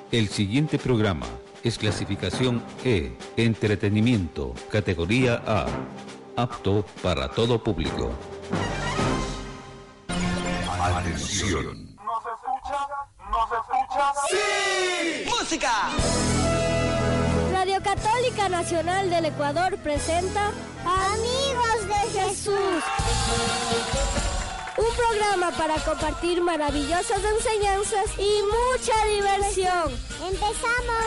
El siguiente programa es clasificación E, entretenimiento, categoría A, apto para todo público. Atención. ¿Nos escucha? ¿Nos escucha? ¡Sí! ¡Música! Radio Católica Nacional del Ecuador presenta Amigos de Jesús. Un programa para compartir maravillosas enseñanzas y mucha diversión. ¡Empezamos!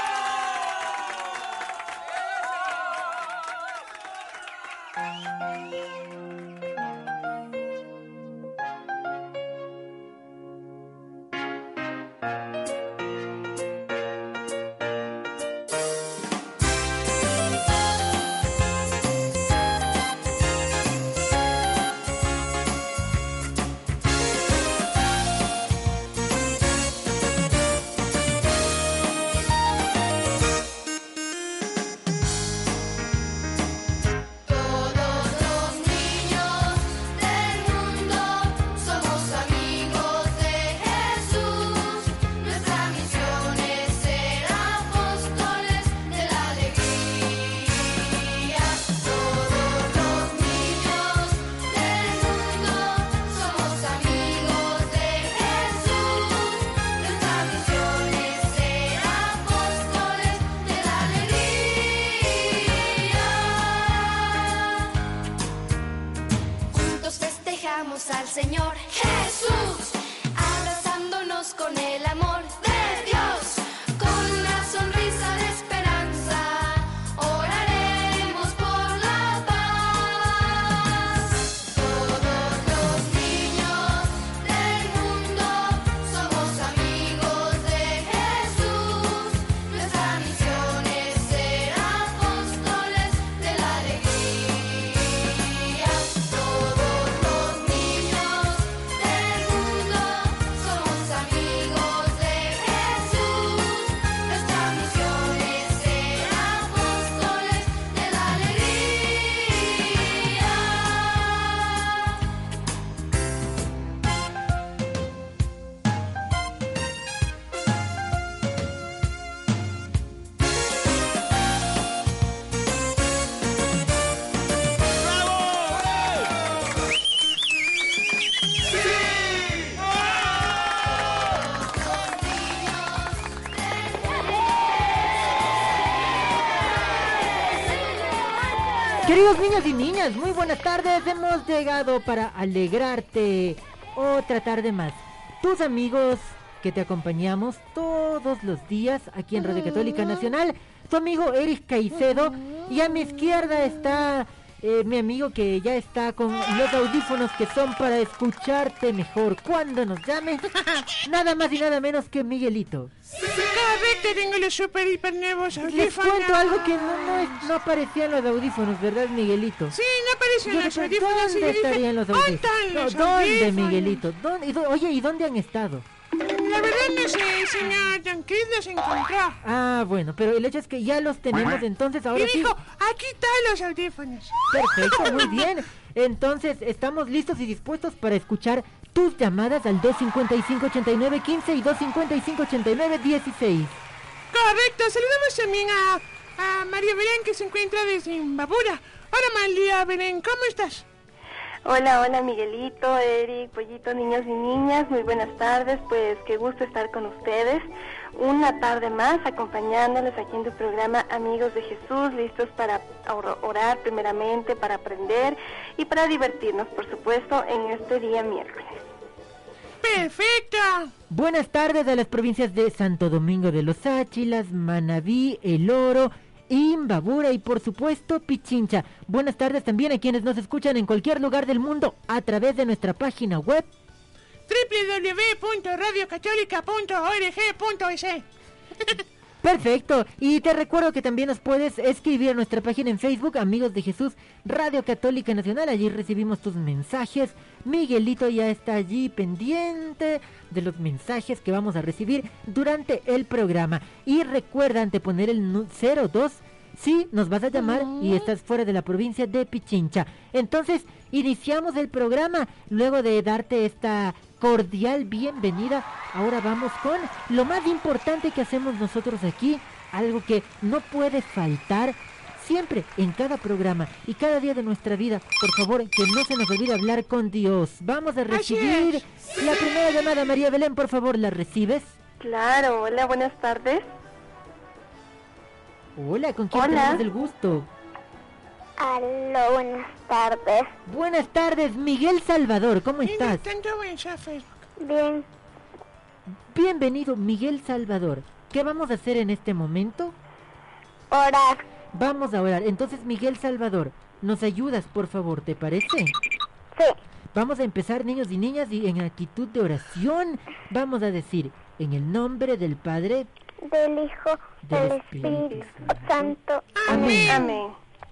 Al Señor Jesús, abrazándonos con el amor de Dios, con una sonrisa de esperanza, oraremos por la paz. Todos los niños del mundo somos amigos de Jesús, nuestra misión es ser apóstoles de la alegría. Todos los niños del mundo somos amigos de Jesús, nuestra misión es ser apóstoles de la alegría. Queridos niños y niñas, muy buenas tardes. Hemos llegado para alegrarte otra tarde más. Tus amigos que te acompañamos todos los días aquí en Radio Católica Nacional. Tu amigo Eric Caicedo. Y a mi izquierda está mi amigo que ya está con los audífonos que son para escucharte mejor cuando nos llame. Nada más y nada menos que Miguelito. Correcto, tengo los super hiper nuevos audífonos. Les cuento algo que no aparecían los audífonos, ¿verdad, Miguelito? Sí, no aparecen los audífonos. ¿Dónde estarían los audífonos? ¿Dónde, Miguelito? Oye, ¿y dónde han estado? La verdad no sé, señor Don Chris los encontró. Ah, bueno, pero el hecho es que ya los tenemos, entonces ahora y dijo, sí. aquí están los audífonos. Perfecto, muy bien. Entonces, estamos listos y dispuestos para escuchar tus llamadas al 255-89-15 y 255-89-16. Correcto, saludamos también a María Belén, que se encuentra desde Imbabura. Hola María Belén, ¿cómo estás? Hola Miguelito, Eric, Pollito, niños y niñas, muy buenas tardes, pues qué gusto estar con ustedes. Una tarde más acompañándoles aquí en tu programa Amigos de Jesús, listos para orar primeramente, para aprender y para divertirnos, por supuesto, en este día miércoles. ¡Perfecto! Buenas tardes a las provincias de Santo Domingo de los Áchilas, Manabí, El Oro, Imbabura y por supuesto Pichincha. Buenas tardes también a quienes nos escuchan en cualquier lugar del mundo a través de nuestra página web www.radiocatólica.org.es. Perfecto, y te recuerdo que también nos puedes escribir a nuestra página en Facebook, Amigos de Jesús, Radio Católica Nacional. Allí recibimos tus mensajes. Miguelito ya está allí pendiente de los mensajes que vamos a recibir durante el programa. Y recuerda anteponer el 02 si nos vas a llamar y estás fuera de la provincia de Pichincha. Entonces, iniciamos el programa luego de darte esta cordial bienvenida. Ahora vamos con lo más importante que hacemos nosotros aquí, algo que no puede faltar siempre en cada programa y cada día de nuestra vida. Por favor, que no se nos olvide hablar con Dios. Vamos a recibir la primera llamada. María Belén, por favor, ¿la recibes? Claro, hola, buenas tardes. Hola, ¿con quién Hola. tenemos el gusto? Aló, buenas tardes. Buenas tardes, Miguel Salvador, ¿cómo Mira, estás? tanto mensaje Facebook. Bien, Bienvenido, Miguel Salvador. ¿Qué vamos a hacer en este momento? orar. Vamos a orar. Entonces, Miguel Salvador, ¿nos ayudas, por favor? ¿Te parece? Sí, Vamos a empezar, niños y niñas, y en actitud de oración vamos a decir, en el nombre del Padre, del Hijo, del del Espíritu Espíritu Santo. Amén. Amén.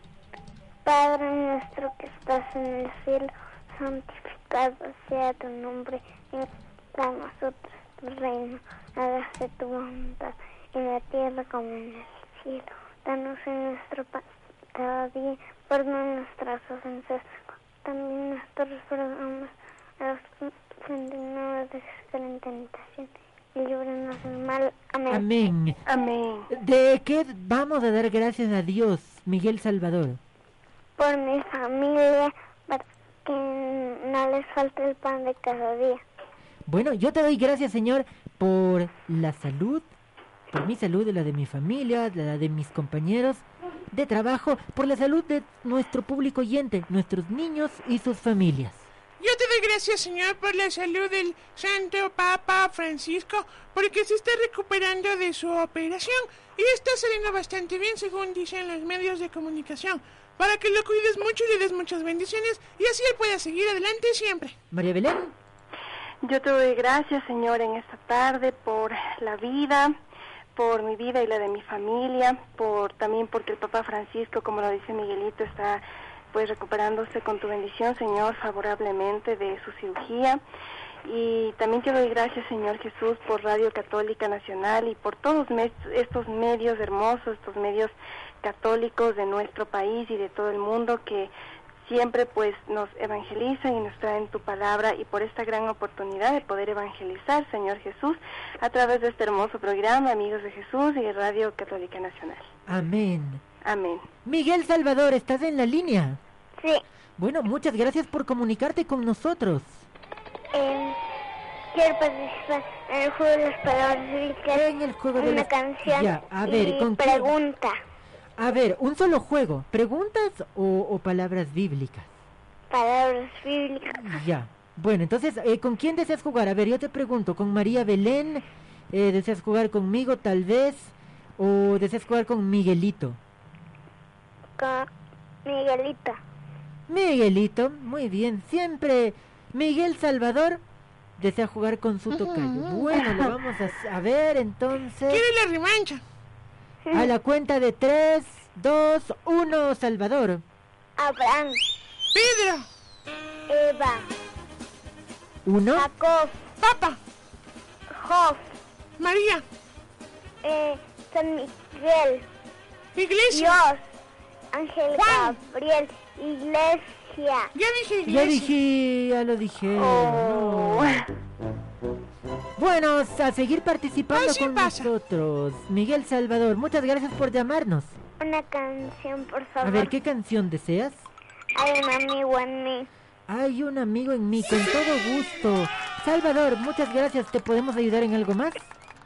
Padre nuestro que estás en el cielo, santificado sea tu nombre. Venga a nosotros tu reino. Hágase tu voluntad en la tierra como en el cielo. Danos en nuestro pan cada día. Perdona nuestras ofensas. También nosotros perdonamos a los que ofenden. No nos dejes caer en tentación y líbranos del mal. Amén. amén. Amén. ¿De qué vamos a dar gracias a Dios, Miguel Salvador? Por mi familia, para que no les falte el pan de cada día. Bueno, yo te doy gracias, Señor, por la salud, por mi salud, la de mi familia, la de mis compañeros de trabajo, por la salud de nuestro público oyente, nuestros niños y sus familias. Yo te doy gracias, Señor, por la salud del Santo Papa Francisco, porque se está recuperando de su operación y está saliendo bastante bien, según dicen los medios de comunicación, para que lo cuides mucho y le des muchas bendiciones y así él pueda seguir adelante siempre. María Belén, Yo te doy gracias, Señor, en esta tarde por la vida, por mi vida y la de mi familia, también porque el Papa Francisco, como lo dice Miguelito, está pues recuperándose con tu bendición, Señor, favorablemente de su cirugía. Y también te doy gracias, Señor Jesús, por Radio Católica Nacional y por todos estos medios hermosos, estos medios católicos de nuestro país y de todo el mundo que siempre pues nos evangelizan y nos traen tu palabra, y por esta gran oportunidad de poder evangelizar, Señor Jesús, a través de este hermoso programa, Amigos de Jesús y de Radio Católica Nacional. amén. Amén. Miguel Salvador, ¿estás en la línea? Sí, Bueno, muchas gracias por comunicarte con nosotros. quiero participar en el juego de las palabras bíblicas. En el juego de una las- canción Ya, a ver, y ¿con quién? pregunta. A ver, un solo juego, ¿preguntas o palabras bíblicas? Palabras bíblicas. Ya. Bueno, entonces, ¿con quién deseas jugar? A ver, yo te pregunto, ¿con María Belén? ¿Deseas jugar conmigo, tal vez? ¿O deseas jugar con Miguelito? Con Miguelito. Miguelito, muy bien. Siempre Miguel Salvador desea jugar con su tocayo. Bueno, lo vamos a ver entonces. ¿Quiere la revancha? A la cuenta de 3, 2, 1, Salvador. Abraham, Pedro, Eva, 1, Jacob, Papa, Job, María, San Miguel, Iglesia. Dios, Ángel Juan. Gabriel, Iglesia. Ya dije ya iglesia. dije, ya lo dije. Oh. no. Bueno, a seguir participando Así con pasa. nosotros. Miguel Salvador, muchas gracias por llamarnos. Una canción, por A favor. ver, ¿qué canción deseas? Hay un amigo en mí. Hay un amigo en mí, con todo gusto. Salvador, muchas gracias. ¿Te podemos ayudar en algo más?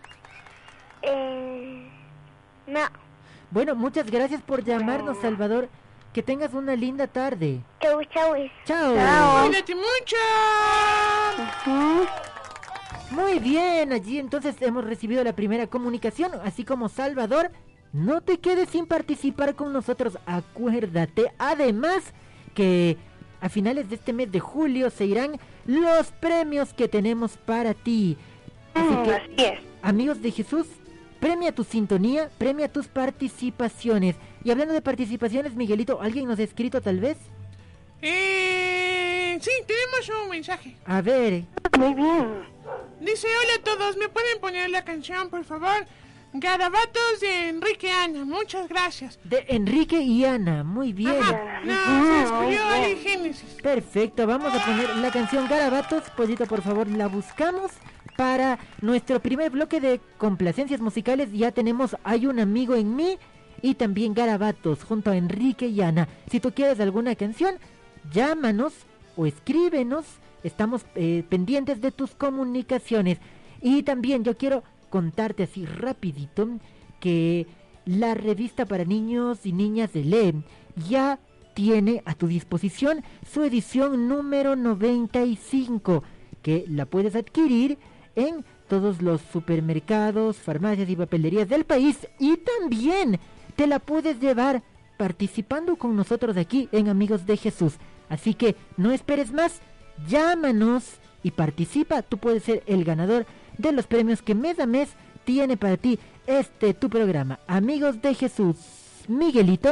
No. Bueno, muchas gracias por llamarnos, Salvador. Que tengas una linda tarde. Chau, chau. Chao. Chao. Cuídate mucho. Ujú. Muy bien, allí entonces hemos recibido la primera comunicación, así como Salvador. No te quedes sin participar con nosotros, acuérdate. Además que a finales de este mes de julio se irán los premios que tenemos para ti. Así que, Así es. amigos de Jesús, premia tu sintonía, premia tus participaciones. Y hablando de participaciones, Miguelito, ¿alguien nos ha escrito tal vez? Sí, tenemos un mensaje. A ver, Muy bien. Dice, hola a todos, ¿me pueden poner la canción, por favor? garabatos de Enrique y Ana. Muchas gracias. De Enrique y Ana, muy bien. Ajá. No, se escribió ahí Génesis. Perfecto, vamos a poner la canción Garabatos. Pollito, por favor, la buscamos para nuestro primer bloque de complacencias musicales. Ya tenemos Hay un amigo en mí y también Garabatos junto a Enrique y Ana. Si tú quieres alguna canción, llámanos o escríbenos. Estamos pendientes de tus comunicaciones. Y también yo quiero contarte así rapidito que la revista para niños y niñas de LEM ya tiene a tu disposición su edición número 95, que la puedes adquirir en todos los supermercados, farmacias y papelerías del país, y también te la puedes llevar participando con nosotros aquí en Amigos de Jesús. Así que no esperes más, llámanos y participa. Tú puedes ser el ganador de los premios que mes a mes tiene para ti tu programa, Amigos de Jesús. Miguelito.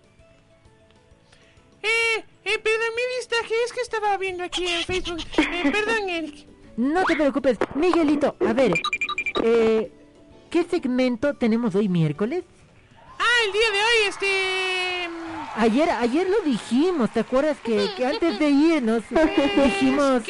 Perdón, me distraje, es que estaba viendo aquí en Facebook. Perdón, Eric. No te preocupes, Miguelito. A ver, ¿qué segmento tenemos hoy miércoles? El día de hoy, Ayer lo dijimos, ¿te acuerdas que antes de irnos dijimos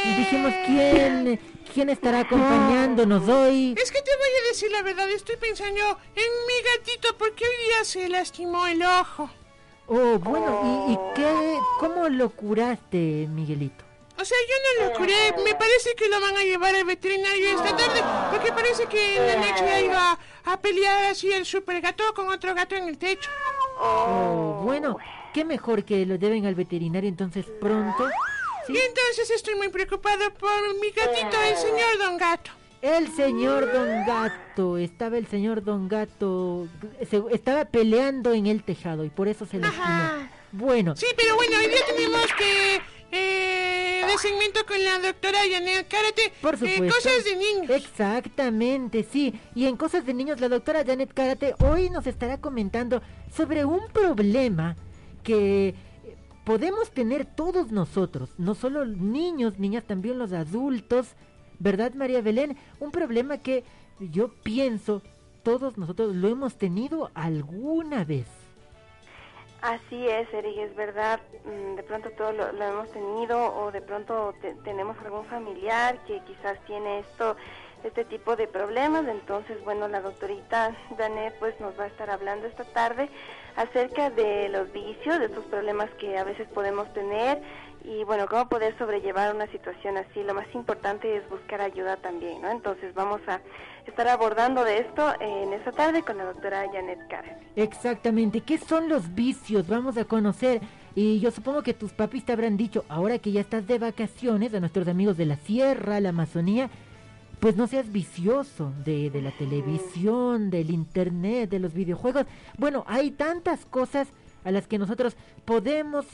quién estará acompañándonos hoy? Es que te voy a decir la verdad, estoy pensando en mi gatito porque hoy día se lastimó el ojo. Oh, bueno, ¿y cómo lo curaste, Miguelito? O sea, yo no lo curé, me parece que lo van a llevar al veterinario esta tarde, porque parece que en la noche ya iba a pelear así el super gato con otro gato en el techo. Oh, bueno, qué mejor que lo lleven al veterinario entonces pronto. ¿Sí? Y entonces estoy muy preocupado por mi gatito, el señor Don Gato. El señor Don Gato, estaba el señor Don Gato, estaba peleando en el tejado y por eso se lastimó. Bueno. Sí, pero bueno, hoy día tenemos que de segmento con la doctora Janet Cárate. Por supuesto. Cosas de niños. Exactamente, sí. Y en Cosas de Niños, la doctora Janet Cárate hoy nos estará comentando sobre un problema que podemos tener todos nosotros, no solo niños, niñas, también los adultos, ¿verdad, María Belén? Un problema que yo pienso todos nosotros lo hemos tenido alguna vez. Así es, Eric, es verdad, de pronto todos lo hemos tenido, o de pronto tenemos algún familiar que quizás tiene este tipo de problemas. Entonces, bueno, la doctorita Janet pues nos va a estar hablando esta tarde acerca de los vicios, de estos problemas que a veces podemos tener, y bueno, cómo poder sobrellevar una situación así. Lo más importante es buscar ayuda también, ¿no? Entonces vamos a estar abordando de esto en esta tarde con la doctora Janet Karen. Exactamente, ¿qué son los vicios? Vamos a conocer, y yo supongo que tus papis te habrán dicho, ahora que ya estás de vacaciones, a nuestros amigos de la sierra, la Amazonía, pues no seas vicioso de la televisión, del internet, de los videojuegos. Bueno, hay tantas cosas a las que nosotros podemos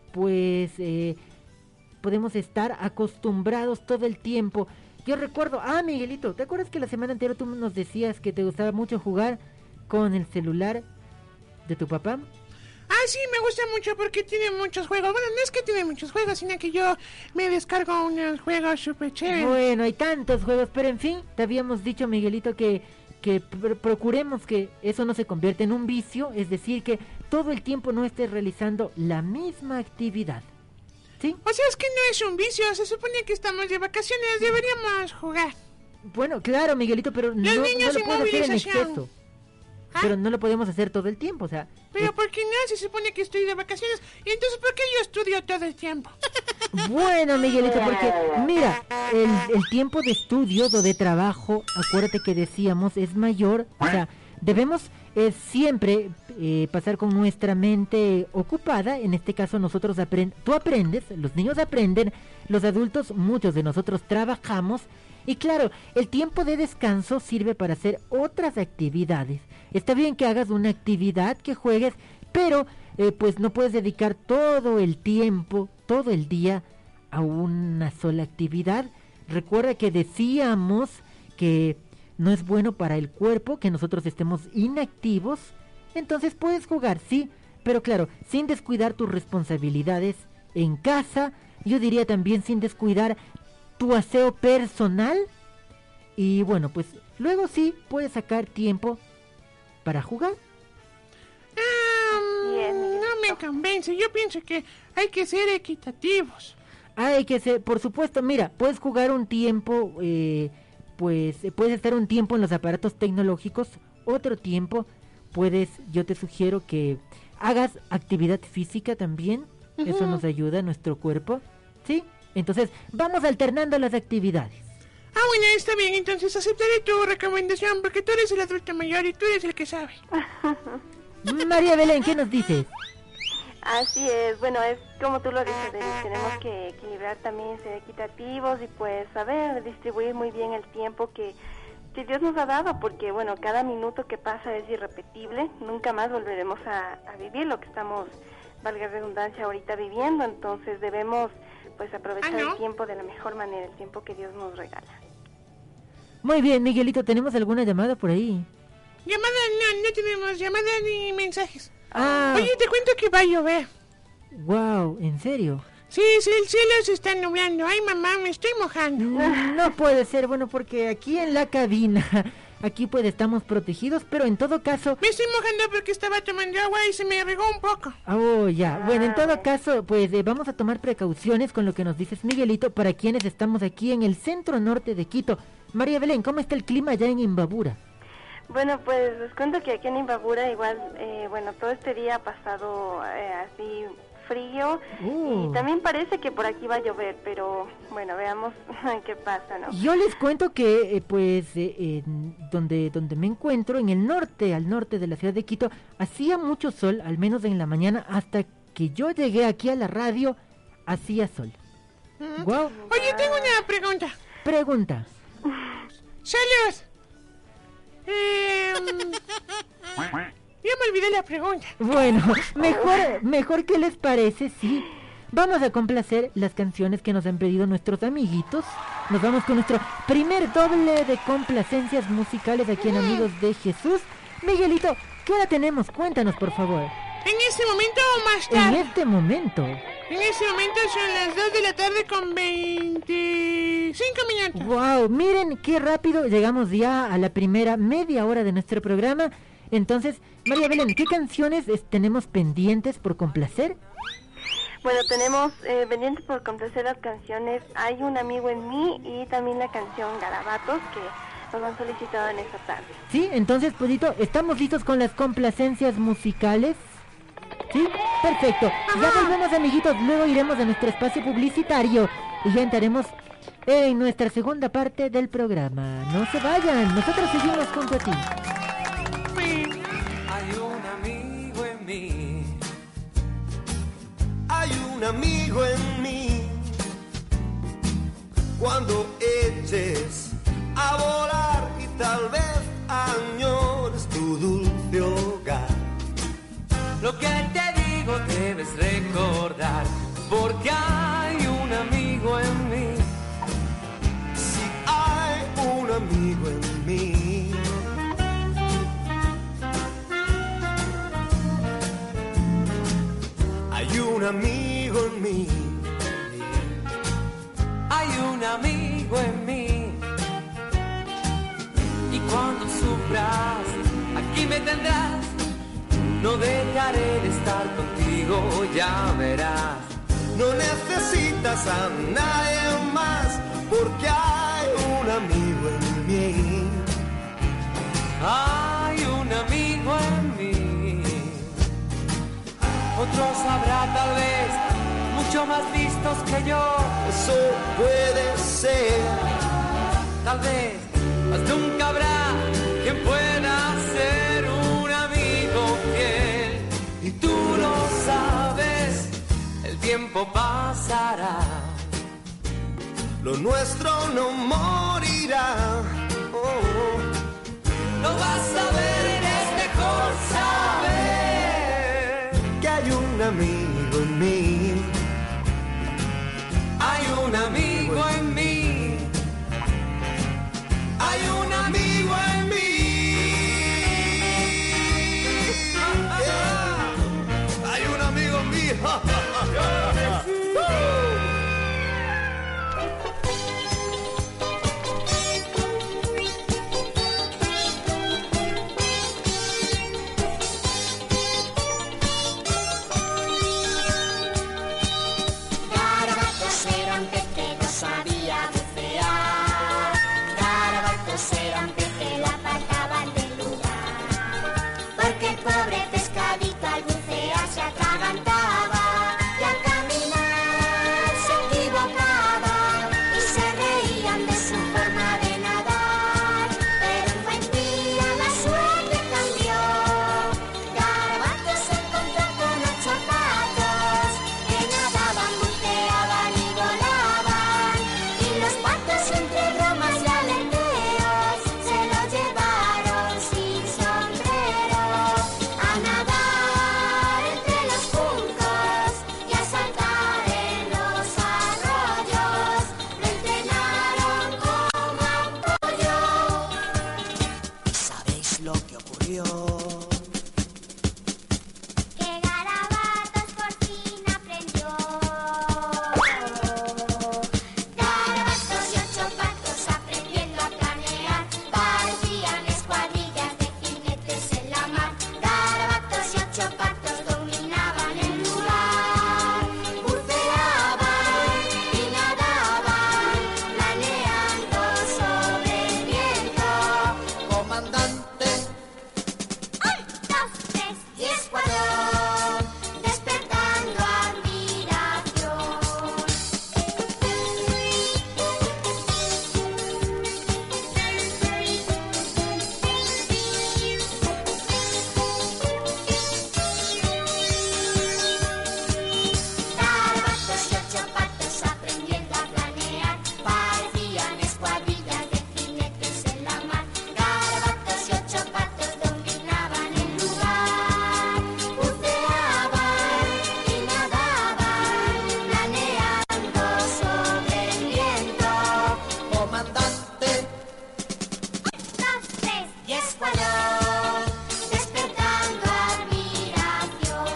estar acostumbrados todo el tiempo. Yo recuerdo, Miguelito, ¿te acuerdas que la semana anterior tú nos decías que te gustaba mucho jugar con el celular de tu papá? Sí, me gusta mucho porque tiene muchos juegos. Bueno, no es que tiene muchos juegos, sino que yo me descargo unos juegos súper chéveres. Bueno, hay tantos juegos, pero en fin, te habíamos dicho, Miguelito, que procuremos que eso no se convierta en un vicio, es decir, que todo el tiempo no estés realizando la misma actividad. ¿Sí? O sea, es que no es un vicio, se supone que estamos de vacaciones, deberíamos jugar. Bueno, claro, Miguelito, pero no lo puedes hacer en exceso. Pero no lo podemos hacer todo el tiempo, o sea... Pero ¿por qué no? Se supone que estoy de vacaciones. ¿Y entonces por qué yo estudio todo el tiempo? Bueno, Miguelito, porque mira, el tiempo de estudio o de trabajo, acuérdate que decíamos, es mayor. O sea, debemos siempre pasar con nuestra mente ocupada. En este caso nosotros tú aprendes, los niños aprenden, los adultos, muchos de nosotros trabajamos. Y claro, el tiempo de descanso sirve para hacer otras actividades. Está bien que hagas una actividad, que juegues, pero pues no puedes dedicar todo el tiempo, todo el día a una sola actividad. Recuerda que decíamos que no es bueno para el cuerpo que nosotros estemos inactivos. Entonces puedes jugar, sí, pero claro, sin descuidar tus responsabilidades en casa. Yo diría también sin descuidar tu aseo personal. Y bueno, pues luego sí puedes sacar tiempo para jugar. Bien. No me convence. Yo pienso que hay que ser equitativos. Hay que ser, por supuesto, mira, puedes jugar un tiempo, puedes estar un tiempo en los aparatos tecnológicos, otro tiempo yo te sugiero que hagas actividad física también, eso nos ayuda a nuestro cuerpo, ¿sí? Entonces, vamos alternando las actividades. Bueno, está bien, entonces aceptaré tu recomendación porque tú eres el adulto mayor y tú eres el que sabe. María Belén, ¿qué nos dices? Así es, bueno, es como tú lo dices, Denis, tenemos que equilibrar también, ser equitativos y pues saber distribuir muy bien el tiempo que Dios nos ha dado, porque bueno, cada minuto que pasa es irrepetible, nunca más volveremos a vivir lo que estamos, valga la redundancia, ahorita viviendo, entonces debemos pues aprovechar el tiempo de la mejor manera, el tiempo que Dios nos regala. Muy bien, Miguelito, ¿tenemos alguna llamada por ahí? Llamada, no tenemos llamadas ni mensajes. Ah. Oye, te cuento que va a llover. Wow, ¿en serio? Sí, el cielo se está nublando. Ay, mamá, me estoy mojando. No puede ser, bueno, porque aquí en la cabina, aquí pues estamos protegidos, pero en todo caso... Me estoy mojando porque estaba tomando agua y se me regó un poco. Oh, ya. Bueno, en todo caso, pues vamos a tomar precauciones con lo que nos dices, Miguelito, para quienes estamos aquí en el centro norte de Quito. María Belén, ¿cómo está el clima allá en Imbabura? Bueno, pues les cuento que aquí en Imbabura igual, bueno, todo este día ha pasado así frío y también parece que por aquí va a llover, pero bueno, veamos qué pasa, ¿no? Yo les cuento que, donde me encuentro, en el norte, al norte de la ciudad de Quito, hacía mucho sol, al menos en la mañana, hasta que yo llegué aquí a la radio, hacía sol. Wow. Oye, tengo una pregunta. Pregunta. ¡Salud! Ya me olvidé la pregunta. Bueno, mejor que les parece, sí. Vamos a complacer las canciones que nos han pedido nuestros amiguitos. Nos vamos con nuestro primer doble de complacencias musicales aquí en Amigos de Jesús. Miguelito, ¿qué hora tenemos? Cuéntanos, por favor. ¿En este momento o más tarde? En este momento. En este momento son las 2 de la tarde con 25 minutos. Wow, miren qué rápido llegamos ya a la primera media hora de nuestro programa. Entonces, María Belén, ¿qué canciones tenemos pendientes por complacer? Bueno, tenemos pendientes por complacer las canciones Hay un amigo en mí y también la canción Garabatos que nos han solicitado en esta tarde. Sí, entonces, Pudito, ¿estamos listos con las complacencias musicales? ¿Sí? Perfecto. Ya volvemos, amiguitos, luego iremos a nuestro espacio publicitario y ya entraremos en nuestra segunda parte del programa. No se vayan, nosotros seguimos junto a ti. Hay un amigo en mí. Hay un amigo en mí. Cuando eches a volar y tal vez añores tu dulce hogar, lo que te digo debes recordar, porque hay un amigo en mí. Si hay un amigo en mí. Hay un amigo en mí. Hay un amigo en mí. Y cuando sufras, aquí me tendrás. No dejaré de estar contigo, ya verás. No necesitas a nadie más, porque hay un amigo en mí. Hay un amigo en mí. Otros habrá tal vez, mucho más listos que yo. Eso puede ser. Tal vez, mas nunca habrá quien pueda ser un amigo fiel. Y tú lo sabes, el tiempo pasará. Lo nuestro no morirá. Oh. Lo vas a ver, es mejor saber que hay un amigo en mí. Hay un amigo en mí. Hay un amigo en mí. Hay un amigo en mí. lo que ocurrió. Que Garabatos por fin aprendió. Garabatos y 8 patos aprendiendo a planear. Parecían escuadrillas de jinetes en la mar. Garabatos y 8 patos dominaban el lugar. Buceaban y nadaban, planeando sobre el viento. Comandante, 1, 2, 3 y escuadrón, despertando admiración. Garabatos y 8 patos aprendiendo a planear. Parecían escuadrillas de jinetes en la mar. Garabatos y 8 patos dominaban el lugar. Buceaban y nadaban, planeando sobre el viento. comandante, 1, 2, 3 y escuadrón, despertando admiración.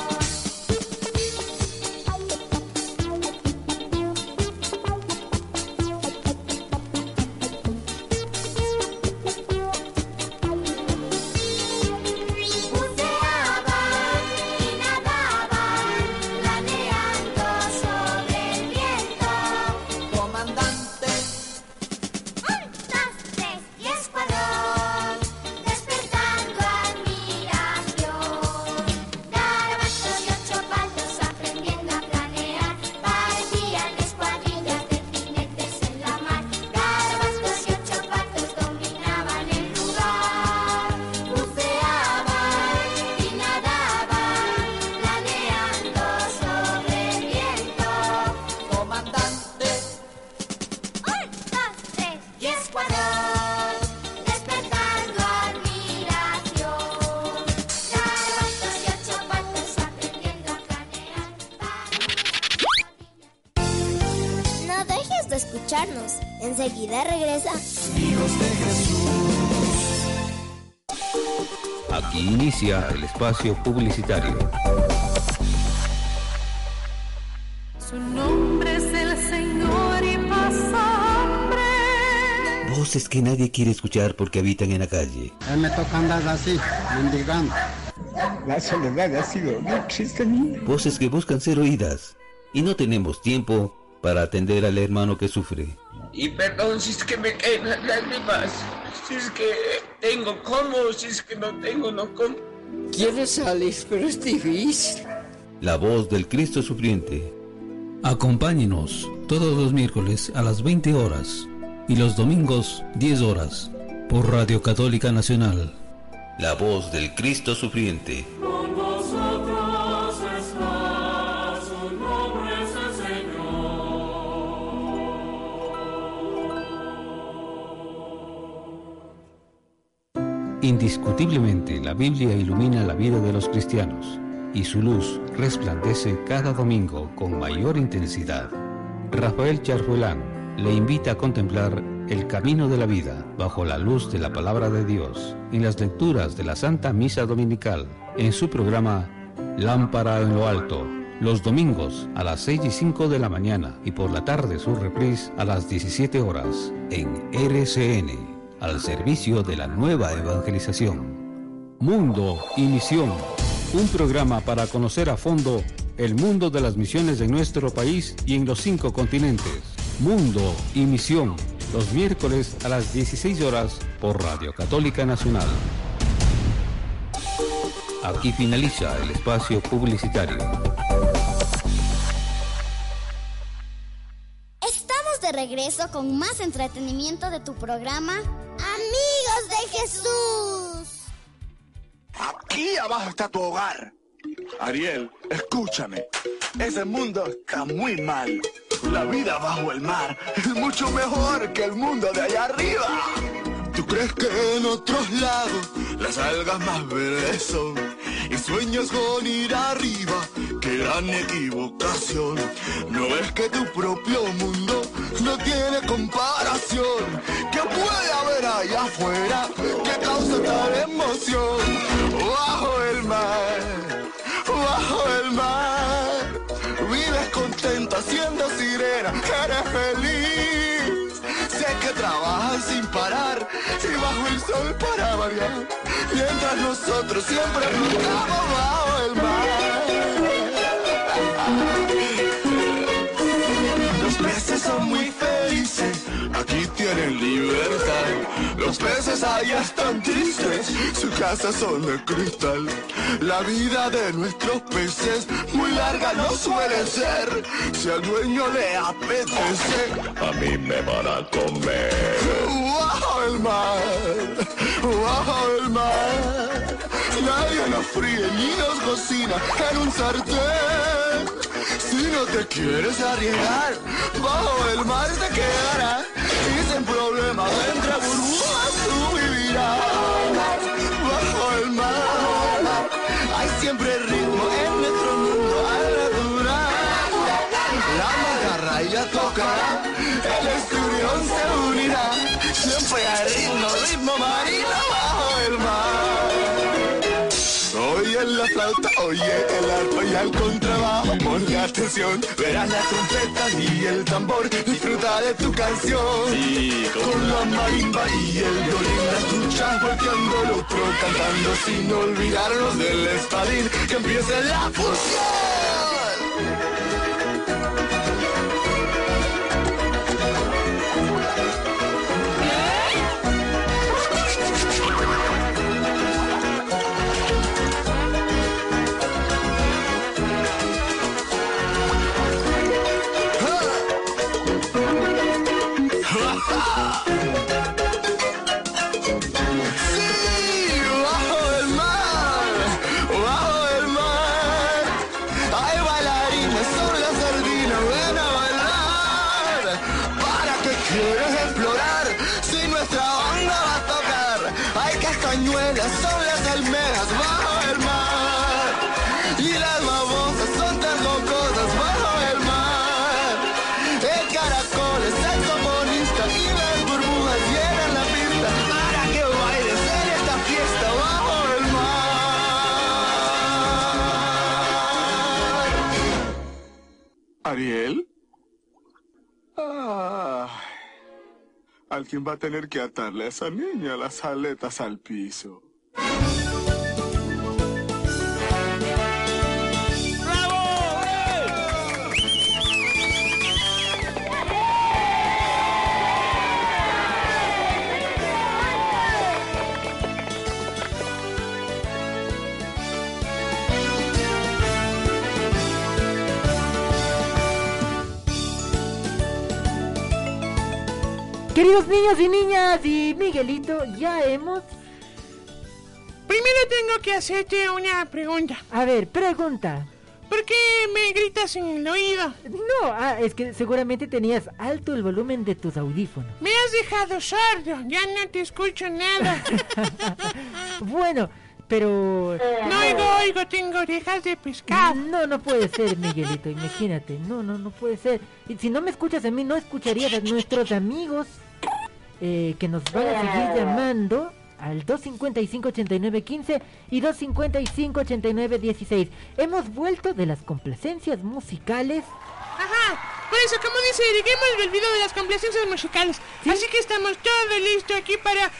Buceaban y nadaban, planeando sobre el viento. comandante, 1, 2, 3 y escuadrón, despertando admiración. Garabatos y 8 patos aprendiendo a planear. Parecían escuadrillas de jinetes en la mar. Garabatos y 8 patos dominaban el lugar. Buceaban y nadaban, planeando sobre el viento. comandante, 1, 2, 3 y escuadrón, despertando admiración. Garabatos y 8 patos aprendiendo a planear. No dejes de escucharnos. Enseguida regresa. Aquí inicia el espacio publicitario. Su nombre es el Señor y pasa hambre. Voces que nadie quiere escuchar porque habitan en la calle. Me toca andar así, mendigando. La soledad ha sido muy triste. Voces que buscan ser oídas. Y no tenemos tiempo para atender al hermano que sufre. Y perdón si es que me caen las lágrimas, si es que tengo como, si es que no tengo, no como. ¿Quieres salir? Pero es difícil. La voz del Cristo sufriente. Acompáñenos todos los miércoles a las 20 horas y los domingos 10 horas por Radio Católica Nacional. La voz del Cristo sufriente. Con vosotros está, su nombre es el Señor. Indiscutiblemente la Biblia ilumina la vida de los cristianos y su luz resplandece cada domingo con mayor intensidad. Rafael Charfuelán le invita a contemplar el camino de la vida bajo la luz de la palabra de Dios en las lecturas de la Santa Misa Dominical en su programa Lámpara en lo Alto, los domingos a las 6:05 de la mañana y por la tarde su reprise a las 17 horas en RCN, al servicio de la nueva evangelización. Mundo y Misión, un programa para conocer a fondo el mundo de las misiones en nuestro país y en los 5 continentes. Mundo y Misión, los miércoles a las 16 horas por Radio Católica Nacional. Aquí finaliza el espacio publicitario. Estamos de regreso con más entretenimiento de tu programa Amigos de Jesús. Aquí abajo está tu hogar. Ariel, escúchame. Ese mundo está muy mal. La vida bajo el mar es mucho mejor que el mundo de allá arriba. ¿Tú crees que en otros lados las algas más verdes son? Y sueñas con ir arriba, qué gran equivocación. ¿No ves que tu propio mundo no tiene comparación? ¿Qué puede haber allá afuera que causa tal ilusión. Bajo el mar, bajo el mar. Vives contenta siendo sirena, eres feliz. Sé que trabajas sin parar y bajo el sol para variar. Mientras nosotros siempre flotamos bajo el mar. Los peces son muy felices, aquí tienen libertad. Los peces allá están tristes, su casa son de cristal. La vida de nuestros peces muy larga no suele ser. Si al dueño le apetece, a mí me van a comer. Bajo el mar, bajo el mar. Nadie nos fríe ni nos cocina en un sartén. Si no te quieres arriesgar, bajo el mar te quedarás. Y sin problema, entre burbujas tú vivirás. Bajo el mar, hay siempre ritmo en nuestro mundo al natural. La macarra ya tocará, el esturión se unirá. Siempre hay ritmo, ritmo marino bajo el mar. Oye la flauta, oye el arpa y al contrabajo, ponle atención, verás las trompetas y el tambor, disfruta de tu canción. Sí, con la marimba y el violín, las truchas volteando, el otro cantando, sin olvidarnos del espadín, que empiece la fusión. Cañuelas son las almejas bajo el mar y las babosas son tan locosas bajo el mar. El caracol es saxofonista y las burbujas llenan la pista para que bailes en esta fiesta bajo el mar. ¿Ariel? Alguien va a tener que atarle a esa niña las aletas al piso. Queridos niños y niñas y Miguelito, ya hemos... Primero tengo que hacerte una pregunta. A ver, pregunta. ¿Por qué me gritas en el oído? No, es que seguramente tenías alto el volumen de tus audífonos. Me has dejado sordo, ya no te escucho nada. Bueno, pero... No oigo, tengo orejas de pescado. No puede ser, Miguelito, imagínate. No puede ser. Y si no me escuchas a mí, no escucharías a nuestros amigos que nos van a seguir llamando al 255-8915 y 255-8916. Hemos vuelto de las complacencias musicales. Ajá, por eso, como dice Eric, hemos olvidado de las complacencias musicales. ¿Sí? Así que estamos todo listo aquí para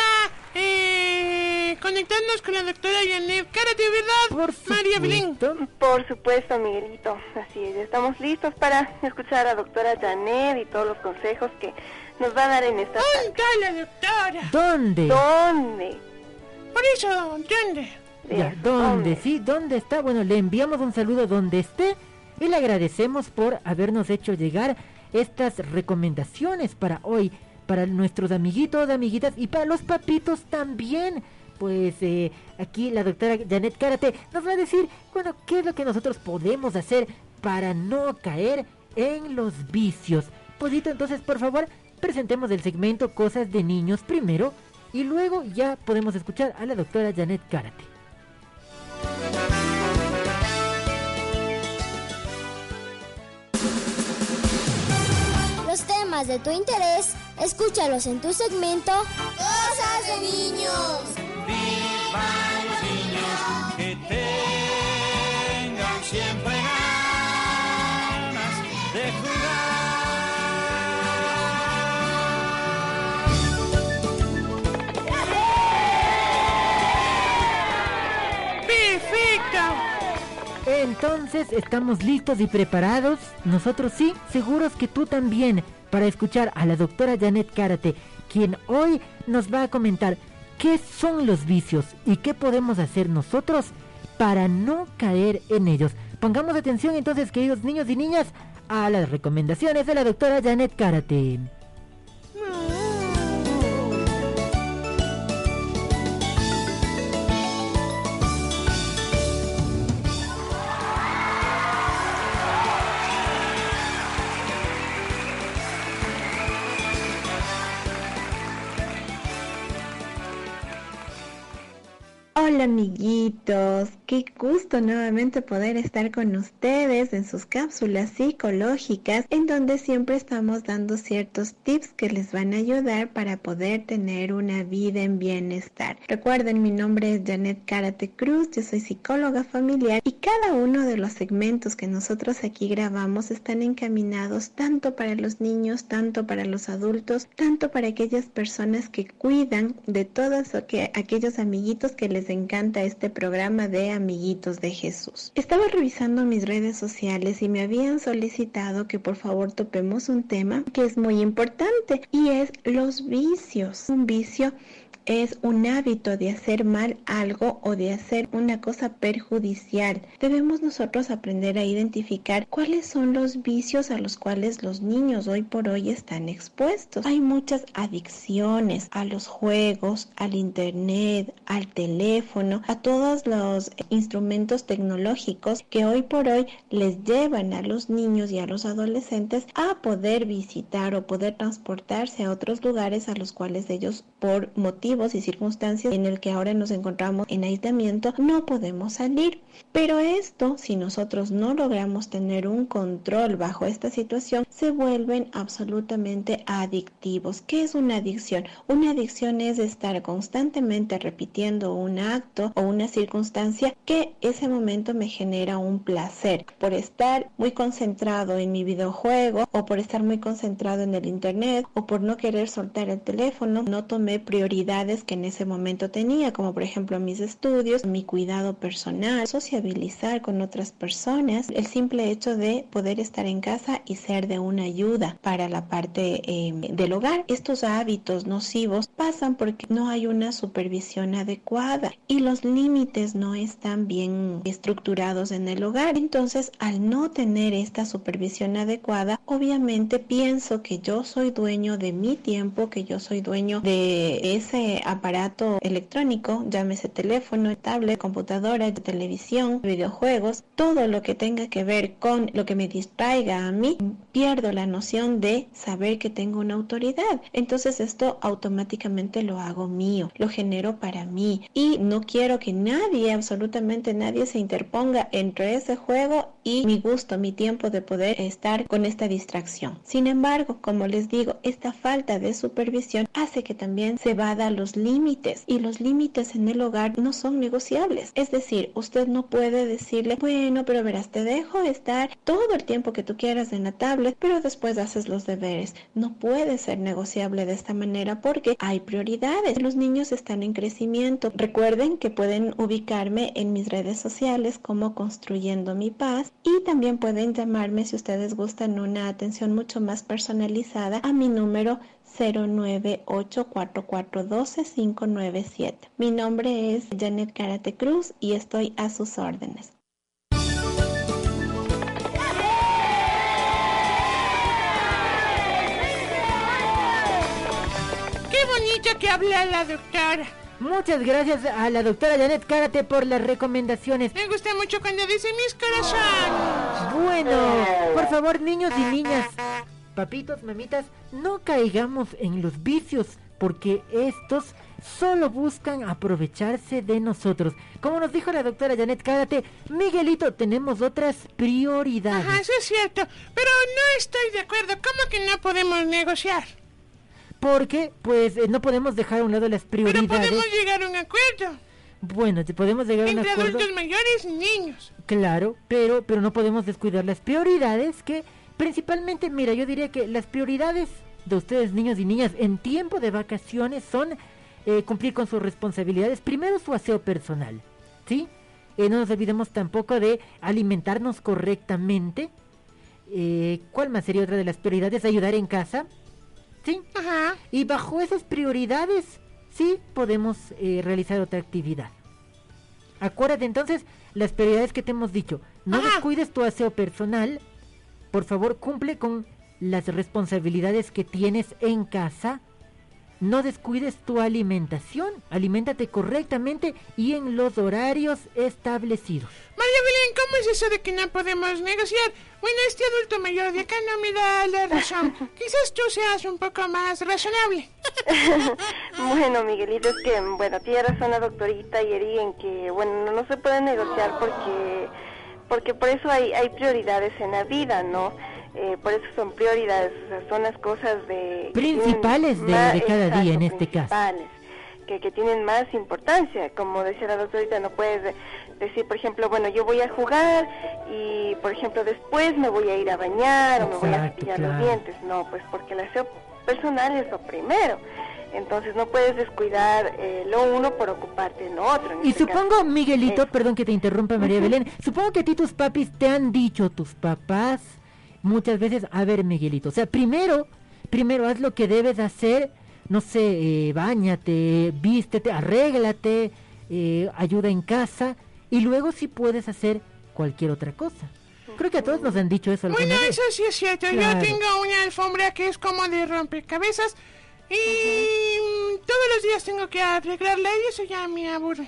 ya conectarnos con la doctora Janet Cárate, ¿verdad, María Belén? Por supuesto, Miguelito. Así es, estamos listos para escuchar a la doctora Janet y todos los consejos que nos va a dar en esta tarde. ¿Dónde está la doctora? ¿Dónde? Por eso, ¿dónde? Ya, ¿dónde? Sí, ¿dónde está? Bueno, le enviamos un saludo donde esté y le agradecemos por habernos hecho llegar estas recomendaciones para hoy, para nuestros amiguitos, amiguitas y para los papitos también. Pues aquí la doctora Janet Cárate nos va a decir, bueno, qué es lo que nosotros podemos hacer para no caer en los vicios. Pollito, entonces, por favor, presentemos el segmento Cosas de Niños primero y luego ya podemos escuchar a la doctora Janet Cárate. Los temas de tu interés, escúchalos en tu segmento Cosas de Niños. Viva Entonces, ¿estamos listos y preparados? Nosotros sí, seguros que tú también, para escuchar a la doctora Janet Cárate, quien hoy nos va a comentar qué son los vicios y qué podemos hacer nosotros para no caer en ellos. Pongamos atención entonces, queridos niños y niñas, a las recomendaciones de la doctora Janet Cárate. Hola amiguitos, qué gusto nuevamente poder estar con ustedes en sus cápsulas psicológicas, en donde siempre estamos dando ciertos tips que les van a ayudar para poder tener una vida en bienestar. Recuerden, mi nombre es Janet Cárate Cruz, yo soy psicóloga familiar y cada uno de los segmentos que nosotros aquí grabamos están encaminados tanto para los niños, tanto para los adultos, tanto para aquellas personas que cuidan de todos aquellos amiguitos que les encanta este programa de Amiguitos de Jesús. Estaba revisando mis redes sociales y me habían solicitado que por favor topemos un tema que es muy importante y es los vicios. Un vicio es un hábito de hacer mal algo o de hacer una cosa perjudicial. Debemos nosotros aprender a identificar cuáles son los vicios a los cuales los niños hoy por hoy están expuestos. Hay muchas adicciones a los juegos, al internet, al teléfono, a todos los instrumentos tecnológicos que hoy por hoy les llevan a los niños y a los adolescentes a poder visitar o poder transportarse a otros lugares a los cuales ellos, por motivos y circunstancias en el que ahora nos encontramos en aislamiento, no podemos salir. Pero esto, si nosotros no logramos tener un control bajo esta situación, se vuelven absolutamente adictivos. ¿Qué es una adicción? Una adicción es estar constantemente repitiendo un acto o una circunstancia que ese momento me genera un placer. Por estar muy concentrado en mi videojuego o por estar muy concentrado en el internet o por no querer soltar el teléfono, no tomé prioridades que en ese momento tenía, como por ejemplo mis estudios, mi cuidado personal, sociabilizar con otras personas, el simple hecho de poder estar en casa y ser de una ayuda para la parte del hogar. Estos hábitos nocivos pasan porque no hay una supervisión adecuada y los límites no están bien estructurados en el hogar. Entonces, al no tener esta supervisión adecuada, obviamente pienso que yo soy dueño de mi tiempo, que yo soy dueño de ese aparato electrónico, llámese teléfono, tablet, computadora, televisión, videojuegos, todo lo que tenga que ver con lo que me distraiga a mí, pierdo la noción de saber que tengo una autoridad. Entonces esto automáticamente lo hago mío, lo genero para mí y no quiero que nadie, absolutamente nadie, se interponga entre ese juego y mi gusto, mi tiempo de poder estar con esta distracción. Sin embargo, como les digo, esta falta de supervisión hace que también se vada los límites y los límites en el hogar no son negociables. Es decir, usted no puede decirle, bueno, pero verás, te dejo estar todo el tiempo que tú quieras en la tablet, pero después haces los deberes. No puede ser negociable de esta manera porque hay prioridades. Los niños están en crecimiento. Recuerden que pueden ubicarme en mis redes sociales como Construyendo Mi Paz y también pueden llamarme si ustedes gustan una atención mucho más personalizada a mi número 098-4412-597. Mi nombre es Janet Cárate Cruz y estoy a sus órdenes. ¡Qué bonito que habla la doctora! Muchas gracias a la doctora Janet Cárate por las recomendaciones. Me gusta mucho cuando dice mis corazones. Bueno, por favor, niños y niñas, papitos, mamitas, no caigamos en los vicios, porque estos solo buscan aprovecharse de nosotros. Como nos dijo la doctora Janet Cárate, Miguelito, tenemos otras prioridades. Ajá, eso es cierto, pero no estoy de acuerdo. ¿Cómo que no podemos negociar? Porque, pues, no podemos dejar a un lado las prioridades. Pero podemos llegar a un acuerdo. Bueno, podemos llegar a un acuerdo. Entre adultos mayores y niños. Claro, pero no podemos descuidar las prioridades que, principalmente, mira, yo diría que las prioridades de ustedes, niños y niñas, en tiempo de vacaciones son cumplir con sus responsabilidades. Primero, su aseo personal, ¿sí? no nos olvidemos tampoco de alimentarnos correctamente. ¿Cuál más sería otra de las prioridades? Ayudar en casa. ¿Sí? Ajá. Y bajo esas prioridades, sí podemos realizar otra actividad. Acuérdate entonces las prioridades que te hemos dicho. No descuides tu aseo personal. Por favor, cumple con las responsabilidades que tienes en casa. No descuides tu alimentación. Aliméntate correctamente y en los horarios establecidos. María Belén, ¿cómo es eso de que no podemos negociar? Bueno, este adulto mayor de acá no me da la razón. Quizás tú seas un poco más razonable. Bueno, Miguelito, es que, bueno, tiene razón la doctorita Yeri en que, bueno, no se puede negociar porque por eso hay prioridades en la vida, ¿no? Por eso son prioridades, o sea, son las cosas principales de cada día en este caso. Que tienen más importancia. Como decía la doctorita, no puedes decir, por ejemplo, bueno, yo voy a jugar y, por ejemplo, después me voy a ir a bañar o me voy a cepillar los dientes. No, pues porque el aseo personal es lo primero. Entonces no puedes descuidar lo uno por ocuparte en lo otro. Y supongo, Miguelito, perdón que te interrumpa, María Belén, supongo que a ti tus papis te han dicho, tus papás, muchas veces, a ver, Miguelito, o sea, primero haz lo que debes hacer, no sé, báñate, vístete, arréglate, ayuda en casa, y luego sí puedes hacer cualquier otra cosa. Creo que a todos nos han dicho eso alguna vez. Bueno, eso sí es cierto. Claro. Yo tengo una alfombra que es como de rompecabezas y todos los días tengo que arreglarla y eso ya me aburre.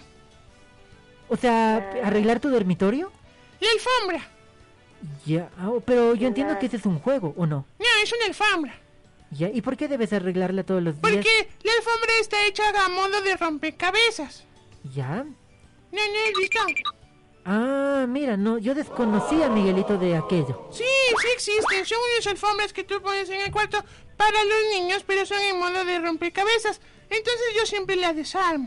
O sea, ¿arreglar tu dormitorio? La alfombra. Ya, pero yo entiendo que ese es un juego, ¿o no? No, es una alfombra. Ya, ¿y por qué debes arreglarla todos los días? Porque la alfombra está hecha a modo de rompecabezas. ¿Ya? No he visto. Ah, mira, no, yo desconocía, Miguelito, de aquello. Sí existen, son unas alfombras que tú pones en el cuarto para los niños, pero son en modo de rompecabezas. Entonces yo siempre las desarmo.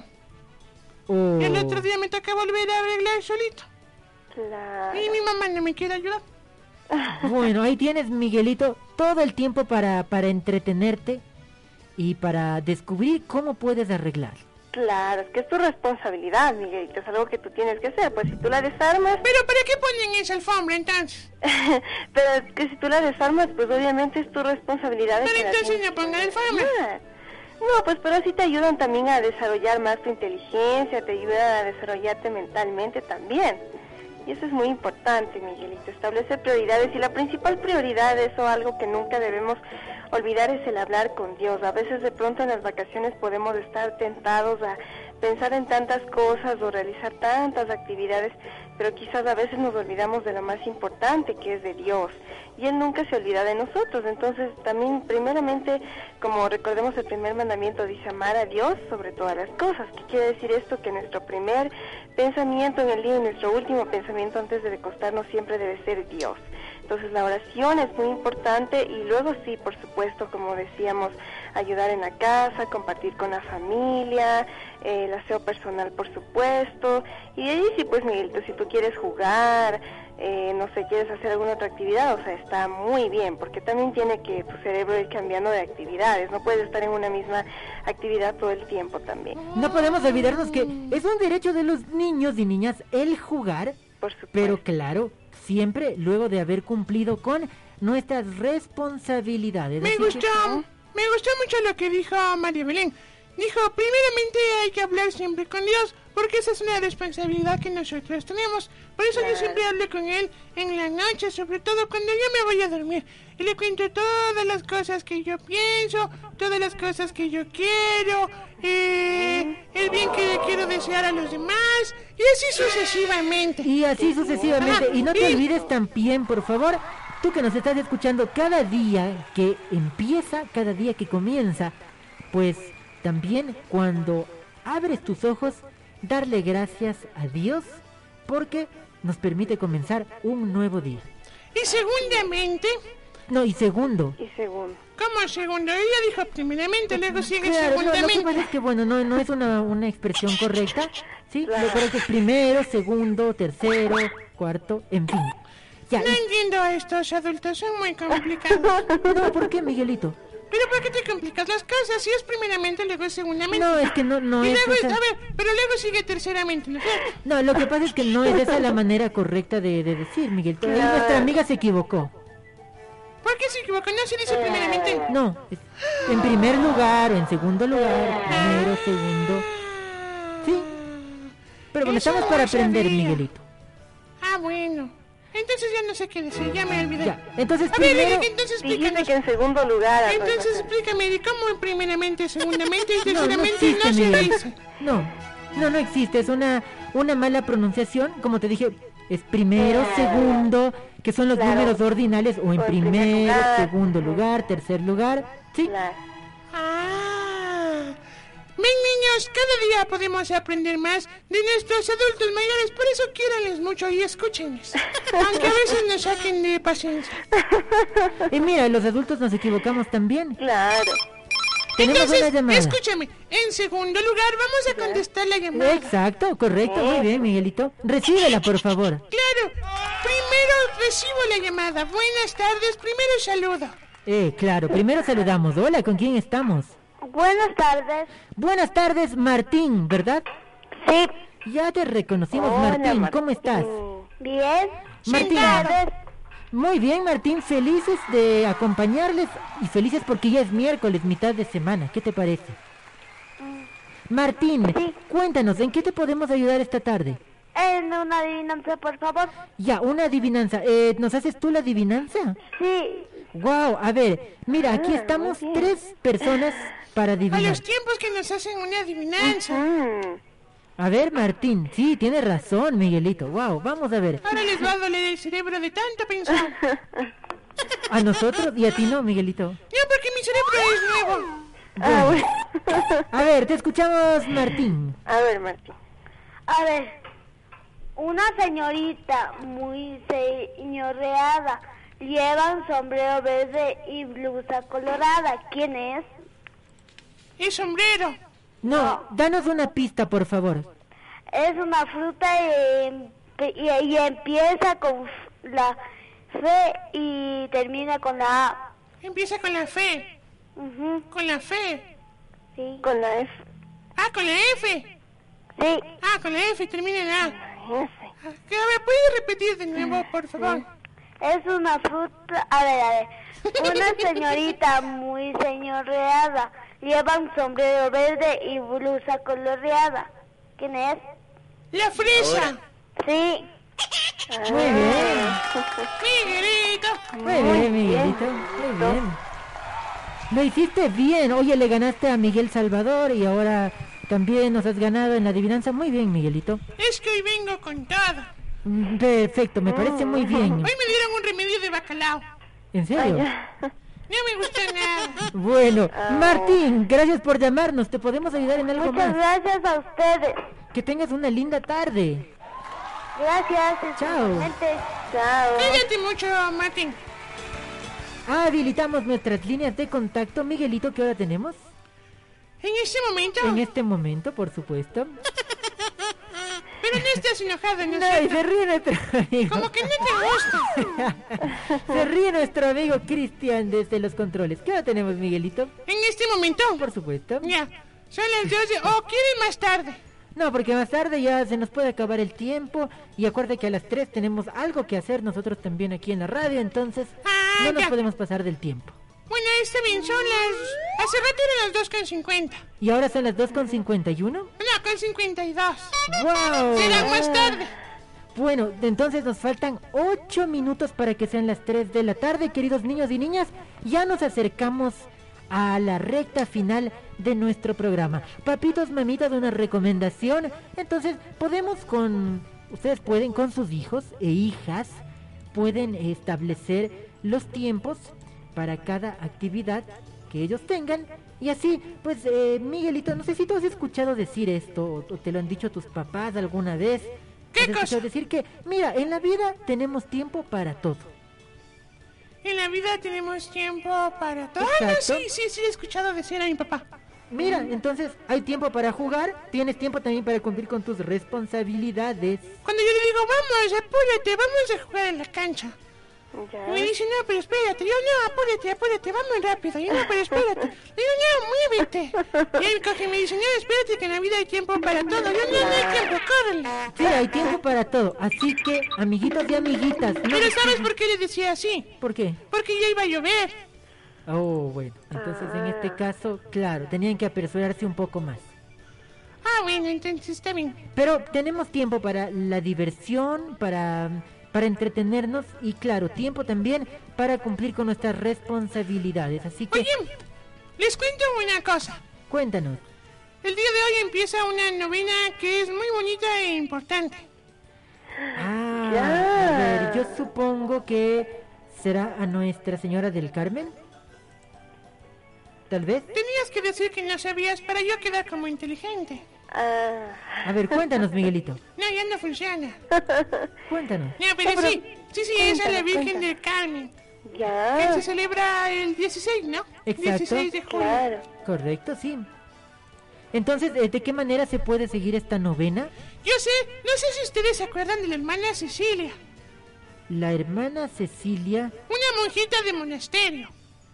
Oh. Y el otro día me toca volver a arreglar solito. Claro. Y mi mamá no me quiere ayudar. Bueno, ahí tienes, Miguelito, todo el tiempo para entretenerte y para descubrir cómo puedes arreglar. Claro, es que es tu responsabilidad, Miguelito, es algo que tú tienes que hacer, pues si tú la desarmas... ¿Pero para qué ponen esa alfombra entonces? Pero es que si tú la desarmas, pues obviamente es tu responsabilidad. Pero entonces no pongan alfombra. No, pues pero sí te ayudan también a desarrollar más tu inteligencia, te ayudan a desarrollarte mentalmente también. Y eso es muy importante, Miguelito, establecer prioridades. Y la principal prioridad, eso algo que nunca debemos olvidar, es el hablar con Dios. A veces de pronto en las vacaciones podemos estar tentados a pensar en tantas cosas o realizar tantas actividades, pero quizás a veces nos olvidamos de lo más importante, que es de Dios. Y Él nunca se olvida de nosotros. Entonces también, primeramente, como recordemos el primer mandamiento, dice amar a Dios sobre todas las cosas. ¿Qué quiere decir esto? Que nuestro primer pensamiento en el día y nuestro último pensamiento antes de recostarnos siempre debe ser Dios. Entonces la oración es muy importante y luego sí, por supuesto, como decíamos, ayudar en la casa, compartir con la familia, el aseo personal, por supuesto. Y de ahí sí, pues Miguelito, si tú quieres jugar, no sé, quieres hacer alguna otra actividad, o sea, está muy bien, porque también tiene que tu cerebro ir cambiando de actividades, no puedes estar en una misma actividad todo el tiempo también. No podemos olvidarnos que es un derecho de los niños y niñas el jugar, por supuesto. Pero claro, siempre luego de haber cumplido con nuestras responsabilidades. Me gustó mucho lo que dijo María Belén. Dijo, primeramente hay que hablar siempre con Dios, porque esa es una responsabilidad que nosotros tenemos. Por eso yo siempre hablo con Él en la noche, sobre todo cuando yo me voy a dormir. Y le cuento todas las cosas que yo pienso, todas las cosas que yo quiero, el bien que le quiero desear a los demás, y así sucesivamente. Y no te olvides también, por favor, tú que nos estás escuchando, cada día que empieza, cada día que comienza, pues también cuando abres tus ojos, darle gracias a Dios porque nos permite comenzar un nuevo día. Y segundamente... No, y segundo. ¿Cómo segundo? Ella dijo primeramente, luego sigue claro, segundamente. No, lo que pasa es que, bueno, no es una expresión correcta, ¿sí? Lo correcto es primero, segundo, tercero, cuarto, en fin. Ya, no entiendo a estos adultos, son muy complicados. No, ¿por qué, Miguelito? Pero ¿por qué te complicas las cosas? Si es primeramente, luego es segundamente. No, es que no y es luego, esa... a ver, pero luego sigue terceramente, ¿no? No, lo que pasa es que no es esa la manera correcta de decir, Miguel. Claro. Nuestra amiga se equivocó. ¿Por qué se equivocó? No se dice primeramente. No, en primer lugar o en segundo lugar, primero, segundo. Sí. Pero bueno, Eso estamos para no aprender, sabía. Miguelito. Ah, bueno. Entonces ya no sé qué decir, ya me olvidé. Ya, entonces a ver, primero... Eric, entonces Dijiste explícanos. que en segundo lugar. Entonces explícame, Eric, ¿cómo primeramente, segundamente y No, no terceramente existe, no se Miguel. dice? No existe, es una mala pronunciación, como te dije, es primero, segundo, que son los números ordinales, o en primer lugar. segundo lugar, tercer lugar, sí. Ah. Ven, niños, cada día podemos aprender más de nuestros adultos mayores, por eso quiéranles mucho y escúchenles, aunque a veces nos saquen de paciencia. Y mira, los adultos nos equivocamos también. Claro. Tenemos Entonces, una llamada. escúchame, en segundo lugar vamos a contestar la llamada. Exacto, correcto, muy bien, Miguelito. Recíbela, por favor. Claro, primero recibo la llamada. Buenas tardes, primero saludo. Claro, primero saludamos. Hola, ¿con quién estamos? Buenas tardes. Buenas tardes, Martín, ¿verdad? Sí. Ya te reconocimos, Hola, Martín. ¿Cómo estás? Bien. Martín. Muy bien, Martín. Felices de acompañarles y felices porque ya es miércoles, mitad de semana. ¿Qué te parece? Martín, cuéntanos, ¿en qué te podemos ayudar esta tarde? En una adivinanza, por favor. Ya, una adivinanza. ¿Nos haces tú la adivinanza? Sí. Wow, a ver, mira, aquí estamos 3 personas para A adivinar. los tiempos que nos hacen una adivinanza. A ver, Martín, sí, tienes razón, Miguelito. Wow, vamos a ver. Ahora les va a doler el cerebro de tanto pensar. A nosotros y a ti no, Miguelito. No, porque mi cerebro es nuevo. Bueno. A ver, te escuchamos, Martín. A ver, Martín. A ver, una señorita muy señoreada lleva un sombrero verde y blusa colorada. ¿Quién es? Es sombrero. No, danos una pista, por favor. Es una fruta y empieza con la F y termina con la A. Empieza con la fe. Con la fe. Sí. Con la F. Ah, con la F. Sí. Ah, con la F termina en A. A ver, ¿puedes repetir de nuevo, por favor? Es una fruta... A ver. Una señorita muy señoreada lleva un sombrero verde y blusa coloreada. ¿Quién es? La fresa. Sí. Muy bien. Miguelito. Muy bien, Miguelito. Muy bien. Lo hiciste bien. Oye, le ganaste a Miguel Salvador y ahora también nos has ganado en la adivinanza. Muy bien, Miguelito. Es que hoy vengo con todo. Perfecto, me parece muy bien. Hoy me dieron un remedio de bacalao. ¿En serio? No me gusta nada. Bueno, Martín, gracias por llamarnos. ¿Te podemos ayudar en algo Muchas más? gracias a ustedes. Que tengas una linda tarde. Gracias. Chao. Chao. Cuídate mucho, Martín. Habilitamos nuestras líneas de contacto. Miguelito, ¿qué hora tenemos? ¿En este momento? En este momento, por supuesto. Pero no estás enojado, ¿no es No, y cierto? se ríe nuestro amigo. Como que no te gusta. Se ríe nuestro amigo Cristian desde los controles. ¿Qué hora tenemos, Miguelito? ¿En este momento? Por supuesto. Ya, son las 12. ¿O quieren más tarde? No, porque más tarde ya se nos puede acabar el tiempo. Y acuérdate que a las 3 tenemos algo que hacer nosotros también aquí en la radio. Entonces, no nos podemos pasar del tiempo. Bueno, está bien, son las... Hace rato eran las 2:50. ¿Y ahora son las 2:51? No, con 52. ¡Wow! Será más tarde. Bueno, entonces nos faltan 8 minutos para que sean las 3 de la tarde, queridos niños y niñas. Ya nos acercamos a la recta final de nuestro programa. Papitos, mamitas, una recomendación. Entonces, ustedes pueden con sus hijos e hijas, pueden establecer los tiempos para cada actividad que ellos tengan. Y así, pues, Miguelito, no sé si tú has escuchado decir esto, o te lo han dicho tus papás alguna vez. ¿Qué cosa? Decir que, mira, en la vida tenemos tiempo para todo. En la vida tenemos tiempo para todo. Ah, no, Exacto. sí, he escuchado decir a mi papá. Mira, entonces hay tiempo para jugar, tienes tiempo también para cumplir con tus responsabilidades. Cuando yo le digo, vamos, apúrate, vamos a jugar en la cancha. Ya. Y me dice, no, pero espérate. Yo, no, apúrate, va muy rápido. Yo, no, pero espérate. Digo, no, muévete. Y él coge y me dice, no, espérate, que en la vida hay tiempo para todo. Yo, no hay tiempo, córrele. Sí, hay tiempo para todo. Así que, amiguitos y amiguitas. No Pero ¿sabes por qué le decía así? ¿Por qué? Porque ya iba a llover. Oh, bueno. Entonces, en este caso, claro, tenían que apresurarse un poco más. Ah, bueno, entonces está bien. Pero tenemos tiempo para la diversión, para entretenernos y, claro, tiempo también para cumplir con nuestras responsabilidades. Así que... Oye, les cuento una cosa. Cuéntanos. El día de hoy empieza una novena que es muy bonita e importante. A ver, yo supongo que será a Nuestra Señora del Carmen. ¿Tal vez? Tenías que decir que no sabías para yo quedar como inteligente. A ver, cuéntanos, Miguelito. No, ya no funciona. Cuéntanos. No, pero sí, esa es la Virgen del Carmen. Ya. Que se celebra el 16, ¿no? Exacto. 16 de julio. Claro. Correcto, sí. Entonces, ¿de qué manera se puede seguir esta novena? Yo sé, no sé si ustedes se acuerdan de la hermana Cecilia. La hermana Cecilia... Una monjita de monasterio.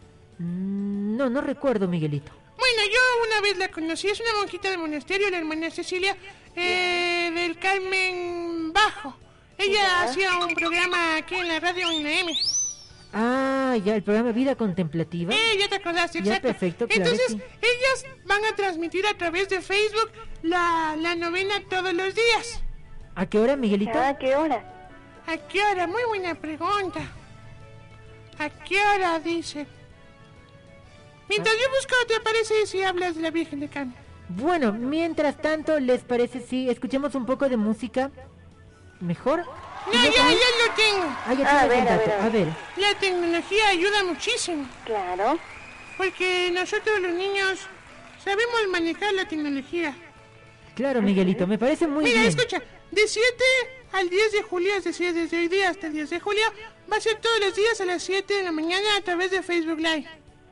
No recuerdo, Miguelito. Bueno, yo una vez la conocí, es una monjita de monasterio, la hermana Cecilia, del Carmen Bajo. Ella hacía un programa aquí en la radio UNAM. Ah, ya, el programa Vida Contemplativa. Ya te acordaste, exacto. Ya, perfecto, claro. Entonces, sí. ellas van a transmitir a través de Facebook la novena todos los días. ¿A qué hora, Miguelito? ¿A qué hora? ¿A qué hora? Muy buena pregunta. ¿A qué hora? Dice. Mientras yo busco, ¿te parece si hablas de la Virgen de Carmen? Bueno, mientras tanto, ¿les parece si escuchemos un poco de música? ¿Mejor? No, ya lo tengo. Ah, ya tienes el dato. A ver. La tecnología ayuda muchísimo. Claro. Porque nosotros los niños sabemos manejar la tecnología. Claro, Miguelito, me parece muy bien. Mira, escucha, de 7 al 10 de julio, es decir, desde hoy día hasta el 10 de julio, va a ser todos los días a las 7 de la mañana a través de Facebook Live.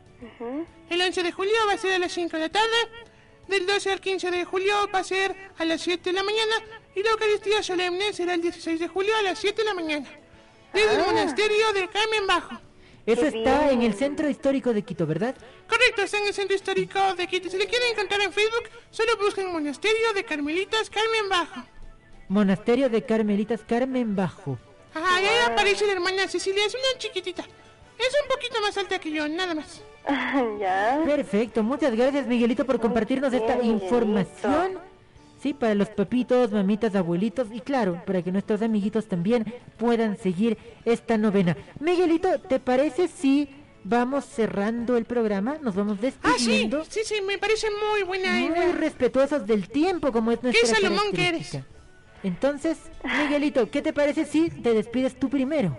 El 11 de julio va a ser a las 5 de la tarde. Del 12 al 15 de julio va a ser a las 7 de la mañana. Y la Eucaristía solemne será el 16 de julio a las 7 de la mañana. Desde el monasterio del Carmen Bajo. Eso está en el centro histórico de Quito, ¿verdad? Correcto, está en el centro histórico de Quito. Si le quieren encontrar en Facebook, solo busquen Monasterio de Carmelitas Carmen Bajo. Monasterio de Carmelitas Carmen Bajo. Ajá, y ahí aparece la hermana Cecilia, es una chiquitita. Es un poquito más alta que yo, nada más. Ya. Perfecto, muchas gracias, Miguelito, por compartirnos esta información. Sí, para los papitos, mamitas, abuelitos y claro, para que nuestros amiguitos también puedan seguir esta novena. Miguelito, ¿te parece si vamos cerrando el programa? Nos vamos despidiendo. Sí, me parece muy buena idea. Muy respetuosos del tiempo, como es nuestra ¿Qué Salomón que característica. eres? Entonces, Miguelito, ¿qué te parece si te despides tú primero?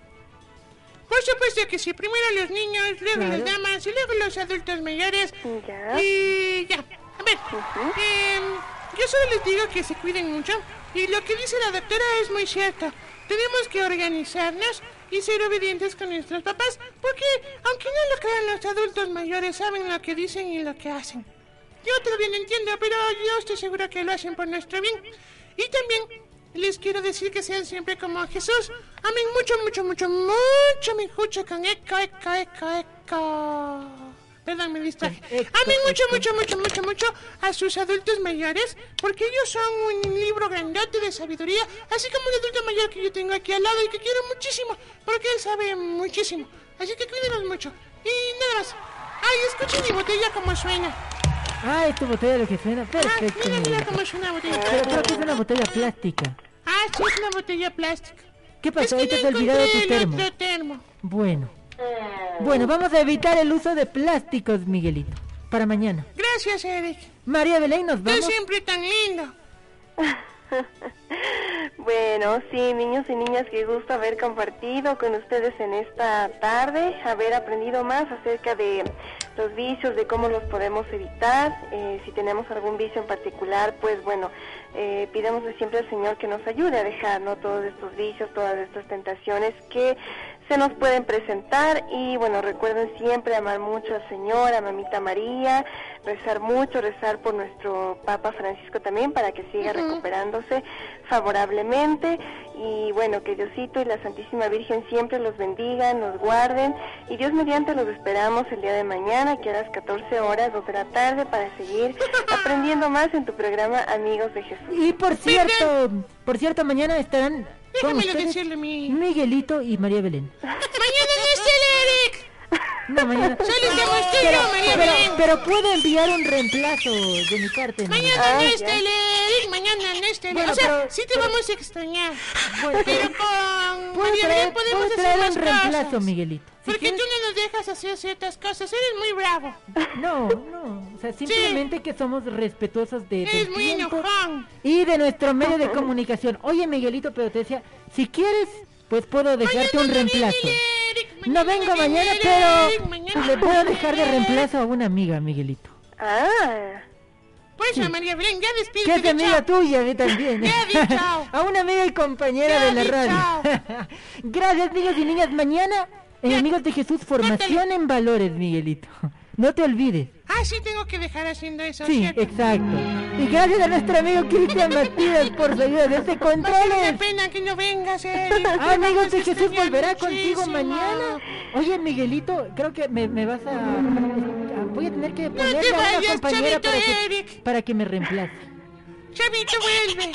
Por supuesto que sí, primero los niños, luego las damas y luego los adultos mayores. Y ya, a ver, yo solo les digo que se cuiden mucho y lo que dice la doctora es muy cierto. Tenemos que organizarnos y ser obedientes con nuestros papás porque, aunque no lo crean, los adultos mayores saben lo que dicen y lo que hacen. Yo todavía no entiendo, pero yo estoy segura que lo hacen por nuestro bien. Y también les quiero decir que sean siempre como Jesús. Amen mucho, me escucho con eco. Perdón, me distraje. Amen mucho a sus adultos mayores, porque ellos son un libro grandote de sabiduría, así como el adulto mayor que yo tengo aquí al lado y que quiero muchísimo, porque él sabe muchísimo. Así que cuídenos mucho. Y nada más. Ay, escuchen mi botella como suena. Ah, es tu botella lo que suena. Perfecto. Mira cómo suena la botella. Pero creo que es una botella plástica. Ah, sí, es una botella plástica. ¿Qué pasó? Es que Ahí te has olvidado tu termo. Otro termo. Bueno, vamos a evitar el uso de plásticos, Miguelito. Para mañana. Gracias, Eric. María Belén, nos vamos. Tú siempre tan lindo. Bueno, sí, niños y niñas, qué gusto haber compartido con ustedes en esta tarde, haber aprendido más acerca de los vicios, de cómo los podemos evitar. Si tenemos algún vicio en particular, pues bueno, pidamos siempre al Señor que nos ayude a dejar, ¿no?, todos estos vicios, todas estas tentaciones que se nos pueden presentar y bueno, recuerden siempre amar mucho al Señor, a Mamita María, rezar mucho, rezar por nuestro Papa Francisco también para que siga recuperándose favorablemente y bueno, que Diosito y la Santísima Virgen siempre los bendigan, nos guarden y Dios mediante los esperamos el día de mañana aquí a las 14 horas, 2 de la tarde para seguir aprendiendo más en tu programa Amigos de Jesús. Y por cierto, mañana estarán con ustedes Miguelito y María Belén. Mañana no está el Eric. No, mañana. Solo estamos tú y yo, María Belén. Pero puede enviar un reemplazo de mi parte. Mañana no está el Eric, mañana no está el Eric. O sea, sí te vamos a extrañar. Bueno, pero con María Belén podemos hacer más un reemplazo, cosas. Miguelito. Porque tú no nos dejas hacer ciertas cosas, eres muy bravo. No, o sea, simplemente que somos respetuosos de eres muy enojón. Y de nuestro medio de comunicación. Oye, Miguelito, pero te decía, si quieres, pues puedo dejarte un reemplazo. No vengo mañana, pero le puedo dejar de reemplazo a una amiga, Miguelito. Pues Sí. a María Belén, ya despídete. Que es de amiga chao. tuya, a mí también. Ya di chao. A una amiga y compañera Ya de la di radio. Gracias, niños y niñas. Mañana, en Amigos de Jesús, formación en valores, Miguelito. No te olvides. Ah, sí, tengo que dejar haciendo eso, Sí, ¿cierto? exacto. Y gracias a nuestro amigo Cristian Matías por su ayuda desde Qué controles. pena que no vengas, Eric. Amigos de Jesús volverá muchísimo. contigo mañana. Oye, Miguelito, creo que me vas a... Voy a tener que ponerle a una vayas, compañera chavito para que me reemplace. Chavito, vuelve.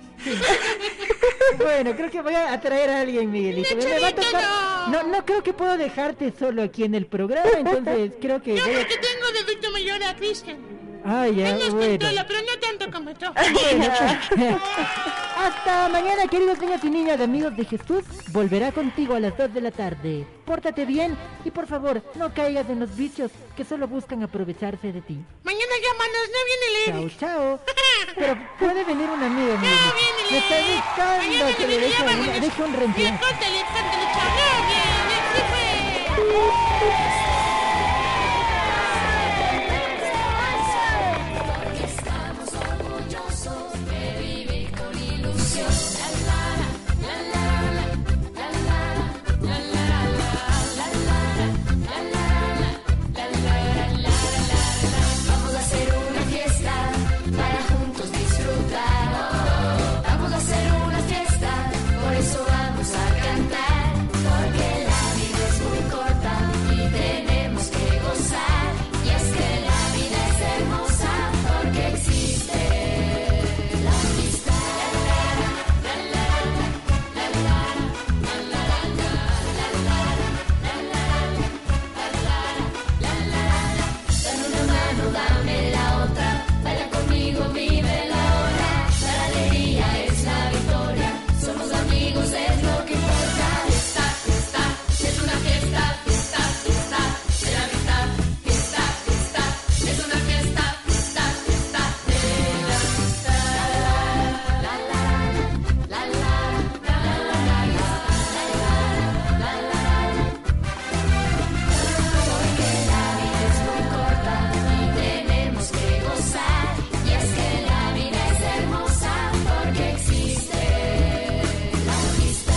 Bueno, creo que voy a traer a alguien, Miguelito. No, Me va a chavito, tocar... No creo que puedo dejarte solo aquí en el programa, entonces creo que... Yo voy a- porque tengo de adulto mayor a Cristian. Ah, ya, Él nos bueno. controla, pero no tanto como tú. Bueno, hasta mañana, queridos niños y niñas de Amigos de Jesús. Volverá contigo a las 2 de la tarde. Pórtate bien y por favor, no caigas en los vicios que solo buscan aprovecharse de ti. Mañana llámanos, no viene el Eric. Chao. Pero puede venir un amigo, Miguel. viene Me está buscando que le deje un reemplazo. Córtale, chao. No viene, ¿qué fue? Porque estamos orgullosos de vivir con ilusión. La la la la la la la la la la la. Vamos a hacer una fiesta para juntos disfrutar. Vamos a hacer una fiesta, por eso vamos a cantar. Porque la vida es muy corta y tenemos que gozar. Y es que la vida es hermosa porque existe la amistad. Dame una mano, dame la otra. Baila conmigo, vive la hora. La alegría es la victoria. Somos amigos, es lo que importa. Fiesta, es una fiesta. Fiesta, de la amistad. Fiesta, es una fiesta. Fiesta, de la amistad. La la la porque la vida es muy corta y tenemos que gozar. Y es que la vida es hermosa porque existe la amistad.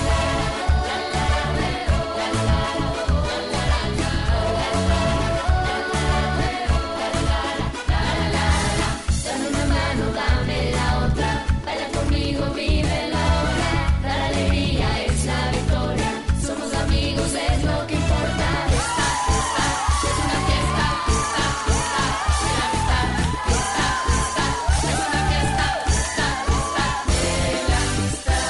Dame una mano, dame la otra. Baila conmigo, vive la hora. La alegría es la victoria. Somos amigos, es lo que importa. Fiesta, es una fiesta. Fiesta, de la amistad. Fiesta, es una fiesta. Fiesta, de la amistad.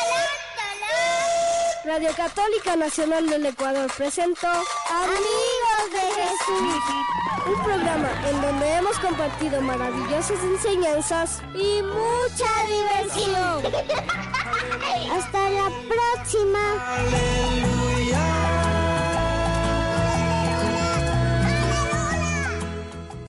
Radio Católica Nacional del Ecuador presentó Amigos Amigos de Jesús. Un programa en donde hemos compartido maravillosas enseñanzas y mucha diversión. Hasta la próxima.